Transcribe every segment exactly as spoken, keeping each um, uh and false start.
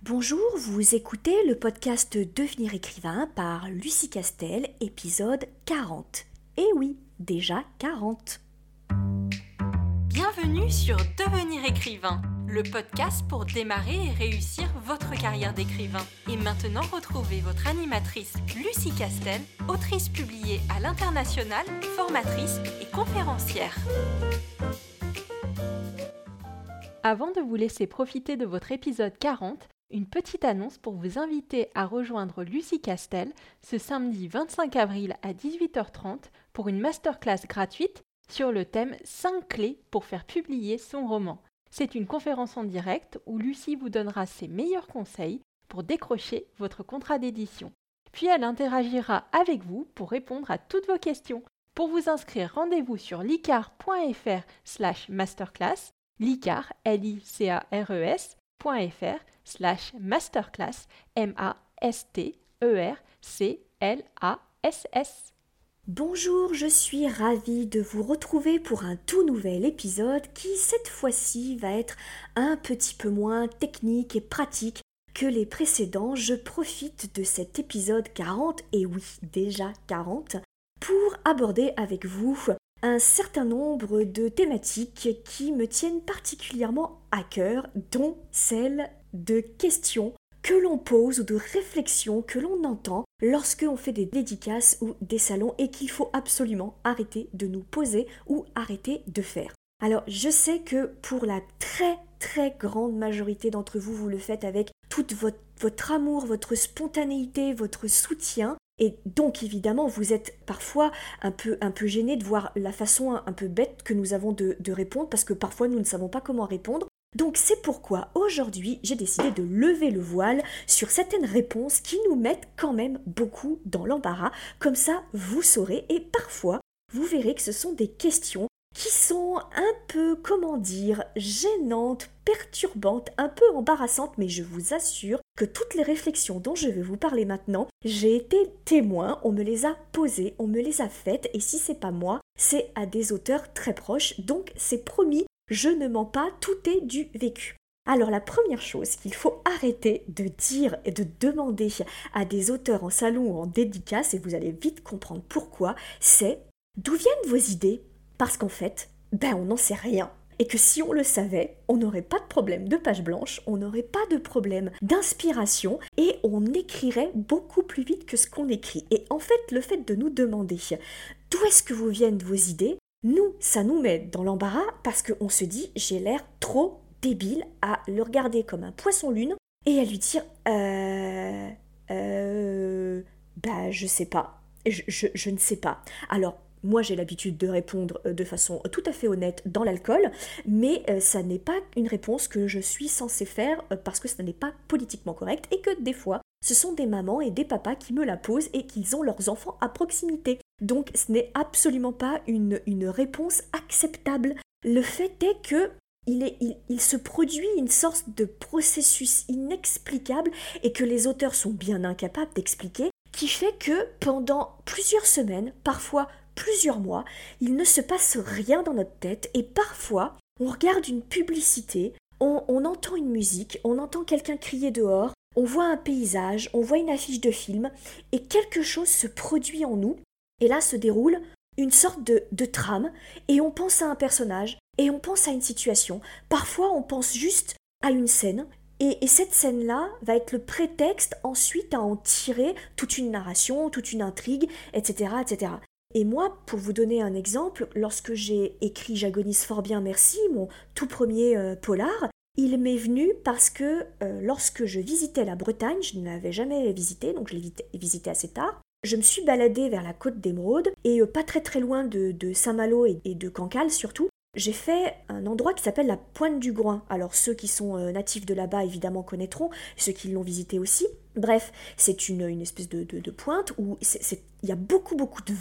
Bonjour, vous écoutez le podcast Devenir écrivain par Lucie Castel, épisode quarante. Eh oui, déjà quarante. Bienvenue sur Devenir écrivain, le podcast pour démarrer et réussir votre carrière d'écrivain. Et maintenant, retrouvez votre animatrice Lucie Castel, autrice publiée à l'international, formatrice et conférencière. Avant de vous laisser profiter de votre épisode quarante, une petite annonce pour vous inviter à rejoindre Lucie Castel ce samedi vingt-cinq avril à dix-huit heures trente pour une masterclass gratuite sur le thème cinq clés pour faire publier son roman. C'est une conférence en direct où Lucie vous donnera ses meilleurs conseils pour décrocher votre contrat d'édition. Puis elle interagira avec vous pour répondre à toutes vos questions. Pour vous inscrire, rendez-vous sur licar.fr slash masterclass, licar, L I C A R E S, .fr slash masterclass, M A S T E R C L A S S. Bonjour, je suis ravie de vous retrouver pour un tout nouvel épisode qui, cette fois-ci, va être un petit peu moins technique et pratique que les précédents. Je profite de cet épisode quarante, et oui, déjà quarante, pour aborder avec vous un certain nombre de thématiques qui me tiennent particulièrement à cœur, dont celle de questions que l'on pose ou de réflexions que l'on entend lorsque on fait des dédicaces ou des salons et qu'il faut absolument arrêter de nous poser ou arrêter de faire. Alors, je sais que pour la très très grande majorité d'entre vous, vous le faites avec tout votre, votre amour, votre spontanéité, votre soutien. Et donc évidemment, vous êtes parfois un peu, un peu gêné de voir la façon un, un peu bête que nous avons de, de répondre, parce que parfois nous ne savons pas comment répondre. Donc c'est pourquoi aujourd'hui j'ai décidé de lever le voile sur certaines réponses qui nous mettent quand même beaucoup dans l'embarras. Comme ça, vous saurez, et parfois vous verrez que ce sont des questions qui sont un peu, comment dire, gênantes, perturbantes, un peu embarrassantes, mais je vous assure que toutes les réflexions dont je vais vous parler maintenant, j'ai été témoin, on me les a posées, on me les a faites, et si c'est pas moi, c'est à des auteurs très proches, donc c'est promis, je ne mens pas, tout est du vécu. Alors la première chose qu'il faut arrêter de dire et de demander à des auteurs en salon ou en dédicace, et vous allez vite comprendre pourquoi, c'est d'où viennent vos idées ? Parce qu'en fait, ben on n'en sait rien. Et que si on le savait, on n'aurait pas de problème de page blanche, on n'aurait pas de problème d'inspiration et on écrirait beaucoup plus vite que ce qu'on écrit. Et en fait, le fait de nous demander d'où est-ce que vous viennent vos idées, nous, ça nous met dans l'embarras parce qu'on se dit j'ai l'air trop débile à le regarder comme un poisson-lune et à lui dire euh... euh... bah je sais pas, je, je, je ne sais pas. Alors, moi, j'ai l'habitude de répondre de façon tout à fait honnête dans l'alcool, mais euh, ça n'est pas une réponse que je suis censée faire euh, parce que ça n'est pas politiquement correct et que des fois, ce sont des mamans et des papas qui me la posent et qu'ils ont leurs enfants à proximité. Donc, ce n'est absolument pas une, une réponse acceptable. Le fait est que il, est, il, il se produit une sorte de processus inexplicable et que les auteurs sont bien incapables d'expliquer, qui fait que pendant plusieurs semaines, parfois plusieurs mois, il ne se passe rien dans notre tête et parfois, on regarde une publicité, on, on entend une musique, on entend quelqu'un crier dehors, on voit un paysage, on voit une affiche de film et quelque chose se produit en nous et là se déroule une sorte de, de trame et on pense à un personnage et on pense à une situation. Parfois, on pense juste à une scène et, et cette scène-là va être le prétexte ensuite à en tirer toute une narration, toute une intrigue, et cetera, et cetera. Et moi, pour vous donner un exemple, lorsque j'ai écrit J'agonise fort bien, merci, mon tout premier euh, polar, il m'est venu parce que euh, lorsque je visitais la Bretagne, je ne l'avais jamais visité, donc je l'ai visité assez tard, je me suis baladée vers la côte d'Émeraude et euh, pas très très loin de, de Saint-Malo et, et de Cancale surtout, j'ai fait un endroit qui s'appelle la Pointe du Groin. Alors ceux qui sont euh, natifs de là-bas évidemment connaîtront, ceux qui l'ont visité aussi. Bref, c'est une, une espèce de, de, de pointe où il y a beaucoup beaucoup de vent,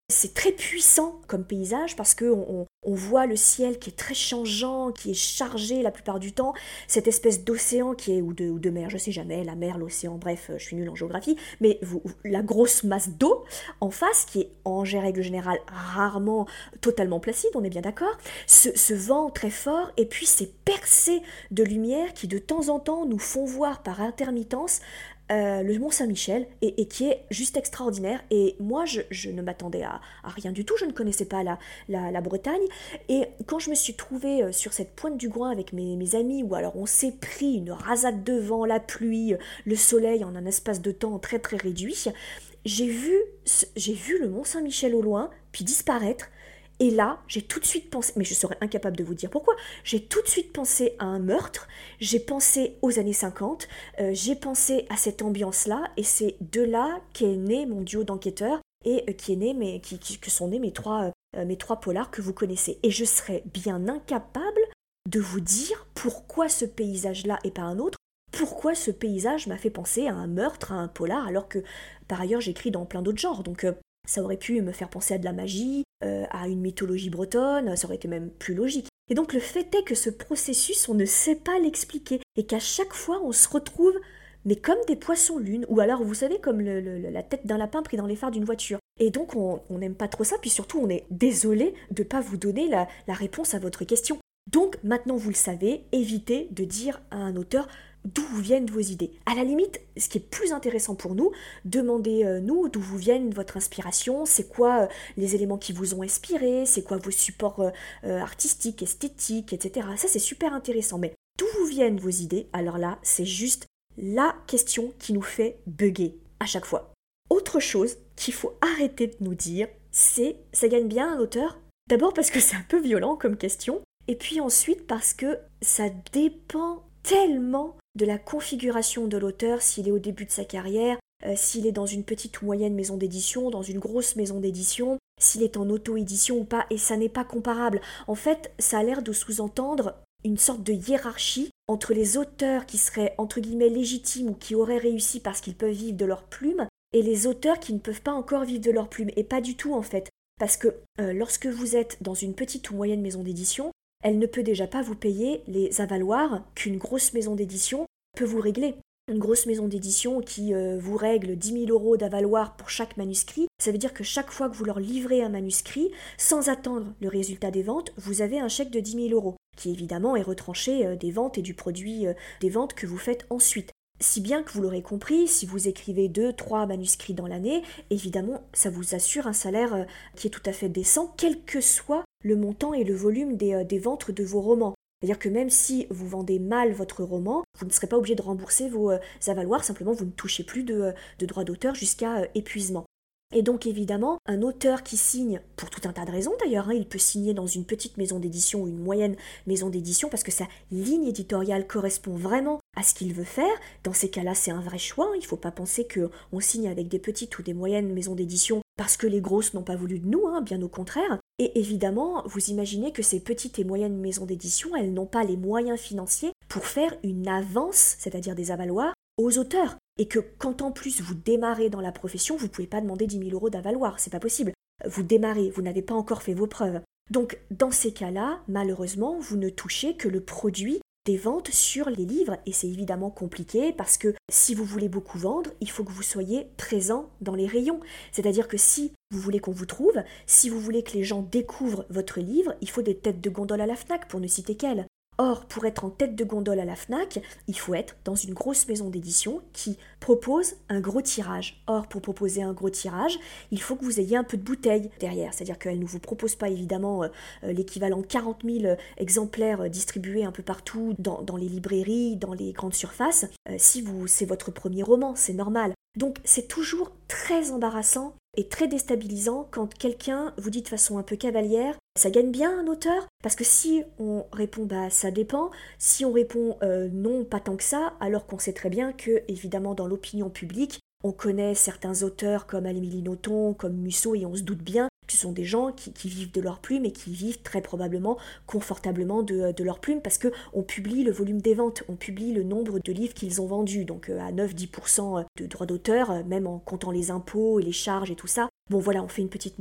C'est très puissant comme paysage parce qu'on on, on voit le ciel qui est très changeant, qui est chargé la plupart du temps, cette espèce d'océan qui est, ou de, ou de mer, je sais jamais, la mer, l'océan, bref, je suis nulle en géographie, mais vous, la grosse masse d'eau en face, qui est en règle générale rarement totalement placide, on est bien d'accord, ce, ce vent très fort, et puis ces percées de lumière qui de temps en temps nous font voir par intermittence Euh, le Mont Saint-Michel, et, et qui est juste extraordinaire. Et moi, je, je ne m'attendais à, à rien du tout, je ne connaissais pas la, la, la Bretagne. Et quand je me suis trouvée euh, sur cette pointe du Groin avec mes, mes amis, où alors on s'est pris une rasade de vent, la pluie, euh, le soleil en un espace de temps très très réduit, j'ai vu, ce- j'ai vu le Mont Saint-Michel au loin, puis disparaître. Et là, j'ai tout de suite pensé, mais je serais incapable de vous dire pourquoi, j'ai tout de suite pensé à un meurtre, j'ai pensé aux années cinquante, euh, j'ai pensé à cette ambiance-là, et c'est de là qu'est né mon duo d'enquêteurs, et euh, qui est né, mais, qui, qui- que sont nés mes trois, euh, mes trois polars que vous connaissez. Et je serais bien incapable de vous dire pourquoi ce paysage-là et pas un autre, pourquoi ce paysage m'a fait penser à un meurtre, à un polar, alors que par ailleurs j'écris dans plein d'autres genres. Donc euh, ça aurait pu me faire penser à de la magie, euh, à une mythologie bretonne, ça aurait été même plus logique. Et donc le fait est que ce processus, on ne sait pas l'expliquer, et qu'à chaque fois on se retrouve, mais comme des poissons-lunes, ou alors vous savez, comme le- le- la tête d'un lapin pris dans les phares d'une voiture. Et donc on on n'aime pas trop ça, puis surtout on est désolé de ne pas vous donner la, la réponse à votre question. Donc maintenant vous le savez, évitez de dire à un auteur d'où vous viennent vos idées. À la limite, ce qui est plus intéressant pour nous, demandez-nous d'où vous viennent votre inspiration, c'est quoi euh, les éléments qui vous ont inspiré, c'est quoi vos supports euh, euh, artistiques, esthétiques, et cetera. Ça, c'est super intéressant. Mais d'où vous viennent vos idées, alors là, c'est juste la question qui nous fait bugger à chaque fois. Autre chose qu'il faut arrêter de nous dire, c'est ça gagne bien un auteur? D'abord parce que c'est un peu violent comme question, et puis ensuite parce que ça dépend tellement de la configuration de l'auteur, s'il est au début de sa carrière, euh, s'il est dans une petite ou moyenne maison d'édition, dans une grosse maison d'édition, s'il est en auto-édition ou pas, et ça n'est pas comparable. En fait, ça a l'air de sous-entendre une sorte de hiérarchie entre les auteurs qui seraient entre guillemets légitimes ou qui auraient réussi parce qu'ils peuvent vivre de leur plume, et les auteurs qui ne peuvent pas encore vivre de leur plume. Et pas du tout en fait. Parce que euh, lorsque vous êtes dans une petite ou moyenne maison d'édition, elle ne peut déjà pas vous payer les avaloirs qu'une grosse maison d'édition peut vous régler. Une grosse maison d'édition qui euh, vous règle dix mille euros d'avaloir pour chaque manuscrit, ça veut dire que chaque fois que vous leur livrez un manuscrit, sans attendre le résultat des ventes, vous avez un chèque de dix mille euros, qui évidemment est retranché euh, des ventes et du produit euh, des ventes que vous faites ensuite. Si bien que vous l'aurez compris, si vous écrivez deux, trois manuscrits dans l'année, évidemment, ça vous assure un salaire euh, qui est tout à fait décent, quel que soit le montant et le volume des, euh, des ventes de vos romans. C'est-à-dire que même si vous vendez mal votre roman, vous ne serez pas obligé de rembourser vos euh, avaloirs, simplement vous ne touchez plus de, euh, de droits d'auteur jusqu'à euh, épuisement. Et donc évidemment, un auteur qui signe, pour tout un tas de raisons d'ailleurs, hein, il peut signer dans une petite maison d'édition ou une moyenne maison d'édition parce que sa ligne éditoriale correspond vraiment à ce qu'il veut faire. Dans ces cas-là, c'est un vrai choix, hein. Il ne faut pas penser qu'on signe avec des petites ou des moyennes maisons d'édition parce que les grosses n'ont pas voulu de nous, hein, bien au contraire. Et évidemment, vous imaginez que ces petites et moyennes maisons d'édition, elles n'ont pas les moyens financiers pour faire une avance, c'est-à-dire des avaloirs, aux auteurs. Et que quand en plus vous démarrez dans la profession, vous ne pouvez pas demander dix mille euros d'avaloir, c'est pas possible. Vous démarrez, vous n'avez pas encore fait vos preuves. Donc dans ces cas-là, malheureusement, vous ne touchez que le produit des ventes sur les livres, et c'est évidemment compliqué parce que si vous voulez beaucoup vendre, il faut que vous soyez présent dans les rayons. C'est-à-dire que si vous voulez qu'on vous trouve, si vous voulez que les gens découvrent votre livre, il faut des têtes de gondole à la Fnac, pour ne citer qu'elles. Or, pour être en tête de gondole à la Fnac, il faut être dans une grosse maison d'édition qui propose un gros tirage. Or, pour proposer un gros tirage, il faut que vous ayez un peu de bouteille derrière. C'est-à-dire qu'elle ne vous propose pas évidemment euh, l'équivalent de quarante mille exemplaires distribués un peu partout dans, dans les librairies, dans les grandes surfaces. Euh, si vous, c'est votre premier roman, c'est normal. Donc, c'est toujours très embarrassant et très déstabilisant quand quelqu'un vous dit de façon un peu cavalière « ça gagne bien un auteur ?» Parce que si on répond « bah ça dépend », si on répond euh, « non, pas tant que ça », alors qu'on sait très bien que, évidemment, dans l'opinion publique, on connaît certains auteurs comme Amélie Nothomb, comme Musso, et on se doute bien que ce sont des gens qui, qui vivent de leur plume et qui vivent très probablement confortablement de, de leur plume parce qu'on publie le volume des ventes, on publie le nombre de livres qu'ils ont vendus, donc à neuf à dix pour cent de droits d'auteur, même en comptant les impôts et les charges et tout ça. Bon voilà, on fait une petite moyenne.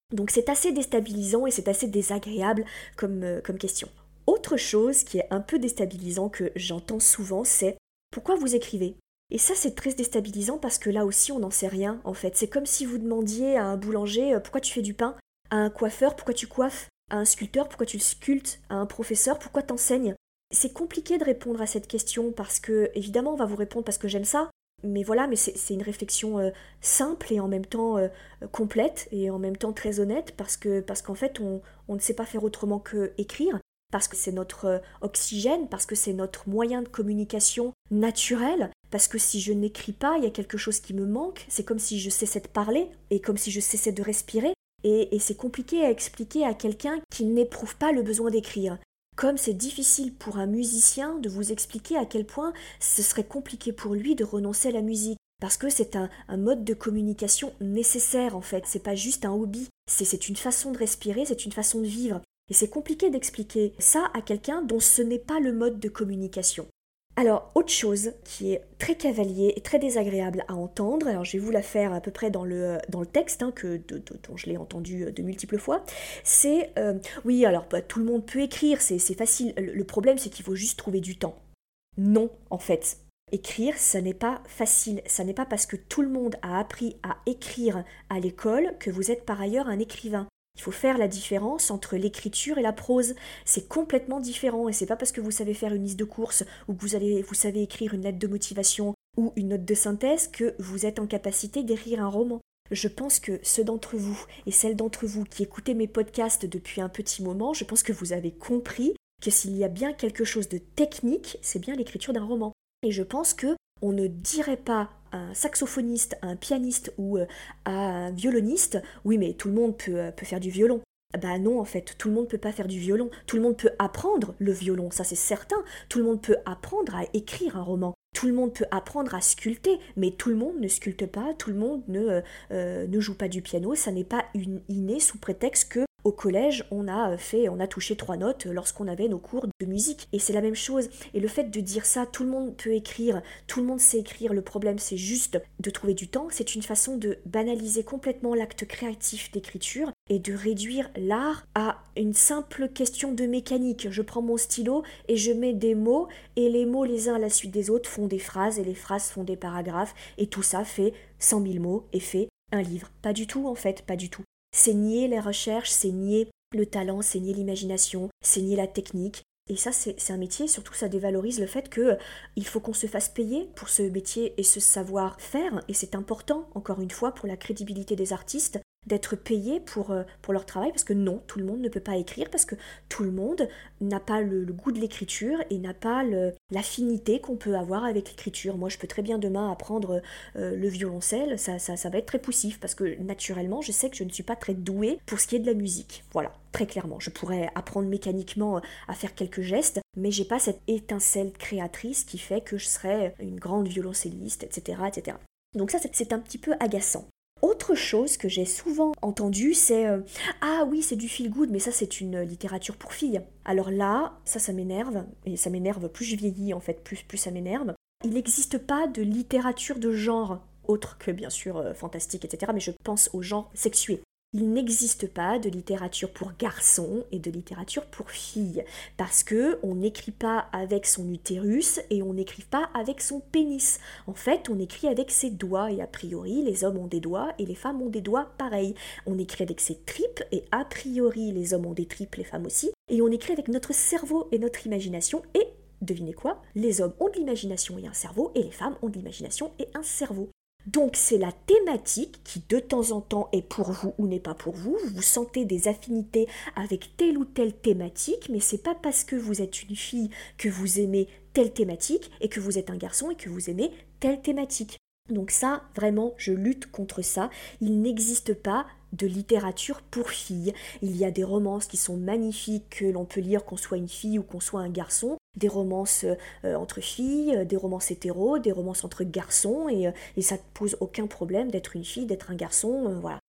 Donc c'est assez déstabilisant et c'est assez désagréable comme, euh, comme question. Autre chose qui est un peu déstabilisant que j'entends souvent, c'est pourquoi vous écrivez? Et ça c'est très déstabilisant parce que là aussi on n'en sait rien en fait. C'est comme si vous demandiez à un boulanger euh, pourquoi tu fais du pain, à un coiffeur pourquoi tu coiffes, à un sculpteur pourquoi tu sculptes, à un professeur pourquoi t'enseignes. C'est compliqué de répondre à cette question parce que évidemment on va vous répondre parce que j'aime ça, mais voilà, mais c'est c'est une réflexion euh, simple et en même temps euh, complète et en même temps très honnête parce que parce qu'en fait on, on ne sait pas faire autrement que écrire, parce que c'est notre euh, oxygène, parce que c'est notre moyen de communication naturel, parce que si je n'écris pas, il y a quelque chose qui me manque, c'est comme si je cessais de parler et comme si je cessais de respirer, et, et c'est compliqué à expliquer à quelqu'un qui n'éprouve pas le besoin d'écrire. Comme c'est difficile pour un musicien de vous expliquer à quel point ce serait compliqué pour lui de renoncer à la musique. Parce que c'est un, un mode de communication nécessaire en fait, c'est pas juste un hobby, c'est c'est une façon de respirer, c'est une façon de vivre. Et c'est compliqué d'expliquer ça à quelqu'un dont ce n'est pas le mode de communication. Alors, autre chose qui est très cavalier et très désagréable à entendre, alors je vais vous la faire à peu près dans le, dans le texte, hein, que, de, de, dont je l'ai entendu de multiples fois, c'est, euh, oui, alors bah, tout le monde peut écrire, c'est, c'est facile, le, le problème c'est qu'il faut juste trouver du temps. Non, en fait. Écrire, ça n'est pas facile, ça n'est pas parce que tout le monde a appris à écrire à l'école que vous êtes par ailleurs un écrivain. Il faut faire la différence entre l'écriture et la prose. C'est complètement différent et c'est pas parce que vous savez faire une liste de courses ou que vous, allez, vous savez écrire une lettre de motivation ou une note de synthèse que vous êtes en capacité d'écrire un roman. Je pense que ceux d'entre vous et celles d'entre vous qui écoutez mes podcasts depuis un petit moment, je pense que vous avez compris que s'il y a bien quelque chose de technique, c'est bien l'écriture d'un roman. Et je pense que on ne dirait pas à un saxophoniste, à un pianiste ou euh, à un violoniste, oui mais tout le monde peut, euh, peut faire du violon. Bah non en fait, tout le monde peut pas faire du violon. Tout le monde peut apprendre le violon, ça c'est certain. Tout le monde peut apprendre à écrire un roman. Tout le monde peut apprendre à sculpter, mais tout le monde ne sculpte pas, tout le monde ne, euh, ne joue pas du piano, ça n'est pas une innée sous prétexte que au collège, on a fait, on a touché trois notes lorsqu'on avait nos cours de musique. Et c'est la même chose. Et le fait de dire ça, tout le monde peut écrire, tout le monde sait écrire, le problème c'est juste de trouver du temps, c'est une façon de banaliser complètement l'acte créatif d'écriture et de réduire l'art à une simple question de mécanique. Je prends mon stylo et je mets des mots, et les mots les uns à la suite des autres font des phrases, et les phrases font des paragraphes, et tout ça fait cent mille mots et fait un livre. Pas du tout en fait, pas du tout. C'est nier les recherches, c'est nier le talent, c'est nier l'imagination, c'est nier la technique. Et ça, c'est, c'est un métier, surtout ça dévalorise le fait que euh, il faut qu'on se fasse payer pour ce métier et ce savoir-faire. Et c'est important, encore une fois, pour la crédibilité des artistes, d'être payés pour, euh, pour leur travail, parce que non, tout le monde ne peut pas écrire, parce que tout le monde n'a pas le, le goût de l'écriture et n'a pas le, l'affinité qu'on peut avoir avec l'écriture. Moi, je peux très bien demain apprendre euh, le violoncelle, ça, ça, ça va être très poussif, parce que naturellement, je sais que je ne suis pas très douée pour ce qui est de la musique. Voilà, très clairement. Je pourrais apprendre mécaniquement à faire quelques gestes, mais j'ai pas cette étincelle créatrice qui fait que je serais une grande violoncelliste, et cetera, et cetera. Donc ça, c'est, c'est un petit peu agaçant. Autre chose que j'ai souvent entendue, c'est euh, ah oui, c'est du feel good, mais ça c'est une littérature pour filles. Alors là, ça, ça m'énerve, et ça m'énerve plus je vieillis en fait, plus, plus ça m'énerve. Il n'existe pas de littérature de genre, autre que bien sûr euh, fantastique, et cetera, mais je pense au genre sexué. Il n'existe pas de littérature pour garçons et de littérature pour filles, parce que on n'écrit pas avec son utérus et on n'écrit pas avec son pénis. En fait, on écrit avec ses doigts, et a priori, les hommes ont des doigts et les femmes ont des doigts pareils. On écrit avec ses tripes, et a priori, les hommes ont des tripes, les femmes aussi, et on écrit avec notre cerveau et notre imagination, et devinez quoi? Les hommes ont de l'imagination et un cerveau, et les femmes ont de l'imagination et un cerveau. Donc c'est la thématique qui de temps en temps est pour vous ou n'est pas pour vous. Vous sentez des affinités avec telle ou telle thématique, mais c'est pas parce que vous êtes une fille que vous aimez telle thématique et que vous êtes un garçon et que vous aimez telle thématique. Donc ça, vraiment, je lutte contre ça. Il n'existe pas de littérature pour filles. Il y a des romances qui sont magnifiques que l'on peut lire qu'on soit une fille ou qu'on soit un garçon, des romances euh, entre filles, des romances hétéros, des romances entre garçons, et, euh, et ça ne pose aucun problème d'être une fille, d'être un garçon, euh, voilà.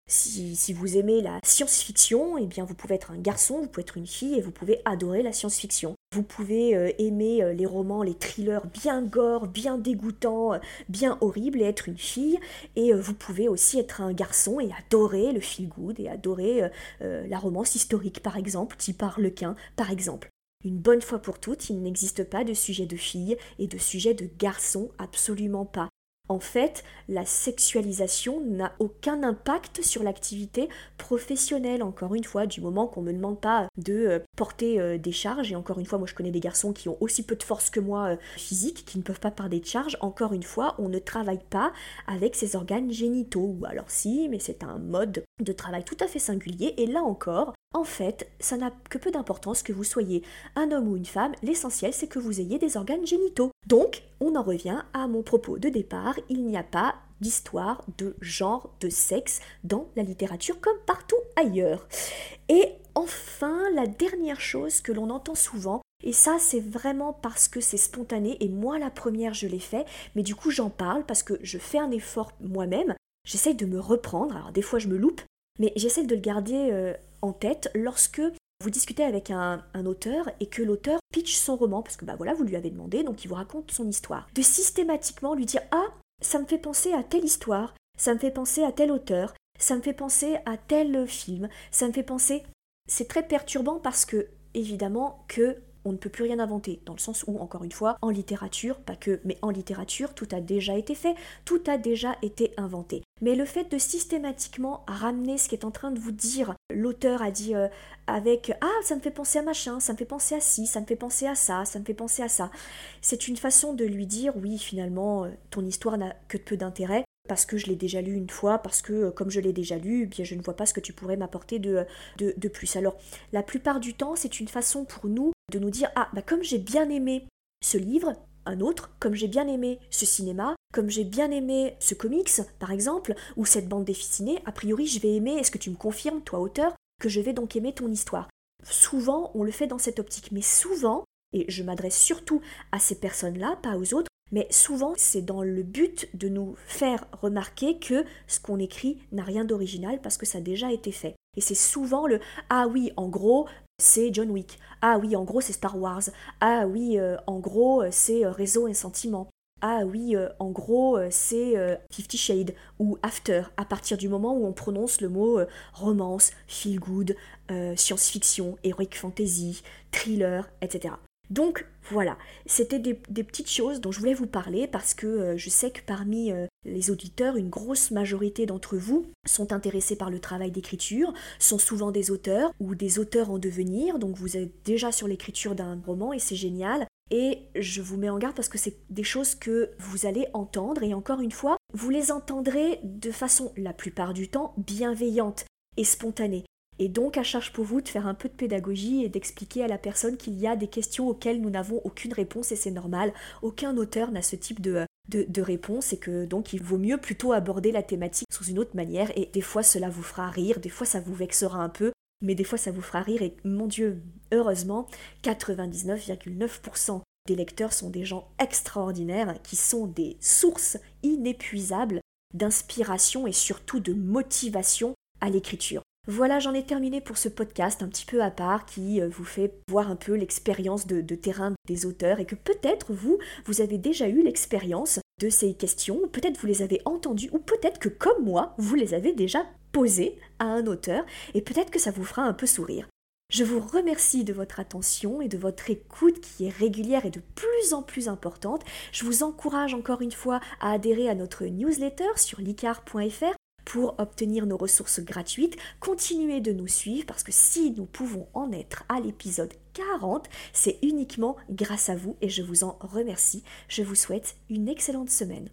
Si, si vous aimez la science-fiction, eh bien vous pouvez être un garçon, vous pouvez être une fille et vous pouvez adorer la science-fiction. Vous pouvez euh, aimer euh, les romans, les thrillers bien gore, bien dégoûtants, euh, bien horribles et être une fille. Et euh, vous pouvez aussi être un garçon et adorer le feel-good et adorer euh, euh, la romance historique par exemple, type Harlequin par exemple. Une bonne fois pour toutes, il n'existe pas de sujet de fille et de sujet de garçon, absolument pas. En fait, la sexualisation n'a aucun impact sur l'activité professionnelle, encore une fois, du moment qu'on ne me demande pas de euh, porter euh, des charges, et encore une fois, moi je connais des garçons qui ont aussi peu de force que moi euh, physique, qui ne peuvent pas porter de charges, encore une fois, on ne travaille pas avec ses organes génitaux, ou alors si, mais c'est un mode de travail tout à fait singulier, et là encore, en fait, ça n'a que peu d'importance que vous soyez un homme ou une femme, l'essentiel c'est que vous ayez des organes génitaux. Donc, on en revient à mon propos de départ, il n'y a pas d'histoire de genre, de sexe dans la littérature comme partout ailleurs. Et enfin, la dernière chose que l'on entend souvent, et ça c'est vraiment parce que c'est spontané, et moi la première je l'ai fait, mais du coup j'en parle parce que je fais un effort moi-même, j'essaye de me reprendre, alors des fois je me loupe, mais j'essaie de le garder euh, en tête lorsque vous discutez avec un, un auteur et que l'auteur pitch son roman, parce que bah voilà, vous lui avez demandé, donc il vous raconte son histoire. De systématiquement lui dire « Ah, ça me fait penser à telle histoire, ça me fait penser à tel auteur, ça me fait penser à tel film, ça me fait penser... » C'est très perturbant parce que, évidemment, que on ne peut plus rien inventer, dans le sens où, encore une fois, en littérature, pas que, mais en littérature, tout a déjà été fait, tout a déjà été inventé. Mais le fait de systématiquement ramener ce qui est en train de vous dire, l'auteur a dit euh, avec « Ah, ça me fait penser à machin, ça me fait penser à ci, ça me fait penser à ça, ça me fait penser à ça », c'est une façon de lui dire « Oui, finalement, ton histoire n'a que peu d'intérêt, parce que je l'ai déjà lu une fois, parce que comme je l'ai déjà lu, eh bien je ne vois pas ce que tu pourrais m'apporter de, de, de plus. » Alors, la plupart du temps, c'est une façon pour nous de nous dire « Ah, bah comme j'ai bien aimé ce livre, un autre, comme j'ai bien aimé ce cinéma, comme j'ai bien aimé ce comics, par exemple, ou cette bande dessinée, a priori je vais aimer, est-ce que tu me confirmes, toi auteur, que je vais donc aimer ton histoire ?» Souvent, on le fait dans cette optique, mais souvent, et je m'adresse surtout à ces personnes-là, pas aux autres, mais souvent, c'est dans le but de nous faire remarquer que ce qu'on écrit n'a rien d'original parce que ça a déjà été fait. Et c'est souvent le « Ah oui, en gros, c'est John Wick. Ah oui, en gros, c'est Star Wars. Ah oui, euh, en gros, c'est euh, Réseau et Sentiment. Ah oui, euh, en gros, euh, c'est euh, Fifty Shades ou After, à partir du moment où on prononce le mot euh, romance, feel good, euh, science-fiction, heroic fantasy, thriller, et cetera. Donc voilà, c'était des, des petites choses dont je voulais vous parler parce que euh, je sais que parmi euh, les auditeurs, une grosse majorité d'entre vous sont intéressés par le travail d'écriture, sont souvent des auteurs ou des auteurs en devenir, donc vous êtes déjà sur l'écriture d'un roman et c'est génial. Et je vous mets en garde parce que c'est des choses que vous allez entendre et encore une fois, vous les entendrez de façon la plupart du temps bienveillante et spontanée. Et donc, à charge pour vous de faire un peu de pédagogie et d'expliquer à la personne qu'il y a des questions auxquelles nous n'avons aucune réponse et c'est normal. Aucun auteur n'a ce type de, de, de réponse et que donc il vaut mieux plutôt aborder la thématique sous une autre manière et des fois cela vous fera rire, des fois ça vous vexera un peu, mais des fois ça vous fera rire et mon Dieu, heureusement, quatre-vingt-dix-neuf virgule neuf pour cent des lecteurs sont des gens extraordinaires qui sont des sources inépuisables d'inspiration et surtout de motivation à l'écriture. Voilà, j'en ai terminé pour ce podcast un petit peu à part qui vous fait voir un peu l'expérience de, de terrain des auteurs et que peut-être vous, vous avez déjà eu l'expérience de ces questions, peut-être vous les avez entendues ou peut-être que comme moi, vous les avez déjà posées à un auteur et peut-être que ça vous fera un peu sourire. Je vous remercie de votre attention et de votre écoute qui est régulière et de plus en plus importante. Je vous encourage encore une fois à adhérer à notre newsletter sur licar point f r pour obtenir nos ressources gratuites. Continuez de nous suivre parce que si nous pouvons en être à l'épisode quarante, c'est uniquement grâce à vous et je vous en remercie. Je vous souhaite une excellente semaine.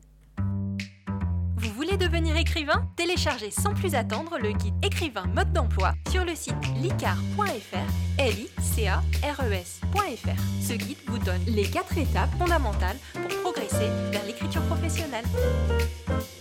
Vous voulez devenir écrivain ? Téléchargez sans plus attendre le guide écrivain mode d'emploi sur le site licar point f r, L I C A R E S point f r. Ce guide vous donne les quatre étapes fondamentales pour progresser vers l'écriture professionnelle.